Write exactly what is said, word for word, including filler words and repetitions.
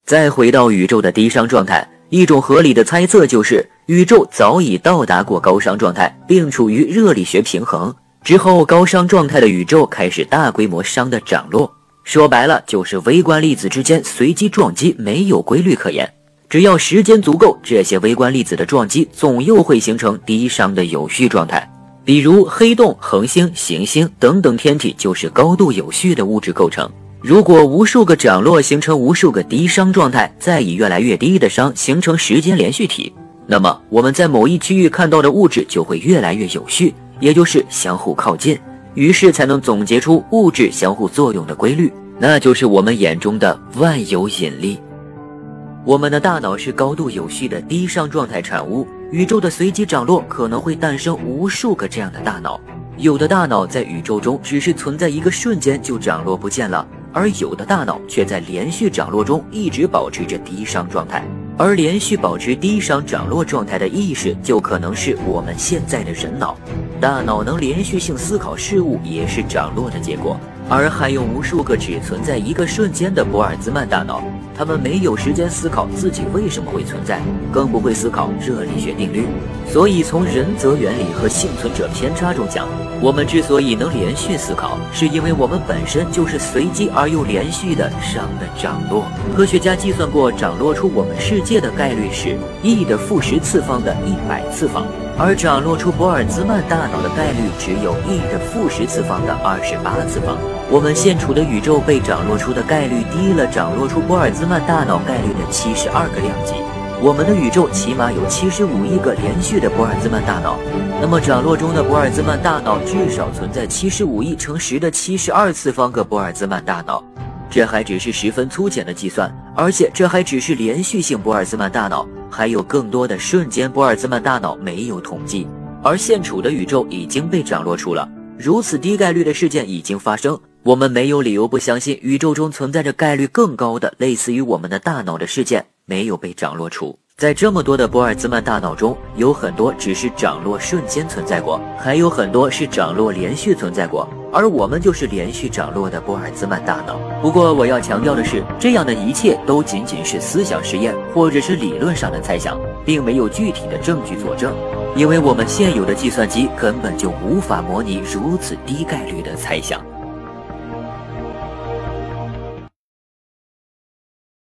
再回到宇宙的低熵状态，一种合理的猜测就是，宇宙早已到达过高熵状态，并处于热力学平衡。之后，高熵状态的宇宙开始大规模熵的涨落。说白了，就是微观粒子之间随机撞击没有规律可言。只要时间足够，这些微观粒子的撞击总又会形成低熵的有序状态。比如黑洞、恒星、行星等等天体就是高度有序的物质构成。如果无数个涨落形成无数个低熵状态，再以越来越低的熵形成时间连续体，那么我们在某一区域看到的物质就会越来越有序，也就是相互靠近，于是才能总结出物质相互作用的规律，那就是我们眼中的万有引力。我们的大脑是高度有序的低熵状态产物，宇宙的随机涨落可能会诞生无数个这样的大脑。有的大脑在宇宙中只是存在一个瞬间就涨落不见了，而有的大脑却在连续涨落中一直保持着低熵状态。而连续保持低熵涨落状态的意识，就可能是我们现在的人脑。大脑能连续性思考事物，也是涨落的结果。而还有无数个只存在一个瞬间的博尔兹曼大脑，他们没有时间思考自己为什么会存在，更不会思考热力学定律。所以从人则原理和幸存者偏差中讲，我们之所以能连续思考，是因为我们本身就是随机而又连续的熵的涨落。科学家计算过涨落出我们世界的概率是 e 的负十次方的一百次方，而涨落出博尔兹曼大脑的概率只有 e 的负十次方的二十八次方。我们现处的宇宙被涨落出的概率低了涨落出博尔兹曼大脑概率的七十二个量级。我们的宇宙起码有七十五亿个连续的博尔兹曼大脑，那么涨落中的博尔兹曼大脑至少存在七十五亿乘十的七十二次方个博尔兹曼大脑。这还只是十分粗浅的计算，而且这还只是连续性博尔兹曼大脑，还有更多的瞬间博尔兹曼大脑没有统计。而现处的宇宙已经被涨落出了，如此低概率的事件已经发生，我们没有理由不相信宇宙中存在着概率更高的类似于我们的大脑的事件没有被涨落出。在这么多的博尔兹曼大脑中，有很多只是涨落瞬间存在过，还有很多是涨落连续存在过，而我们就是连续涨落的博尔兹曼大脑。不过我要强调的是，这样的一切都仅仅是思想实验或者是理论上的猜想，并没有具体的证据佐证，因为我们现有的计算机根本就无法模拟如此低概率的猜想。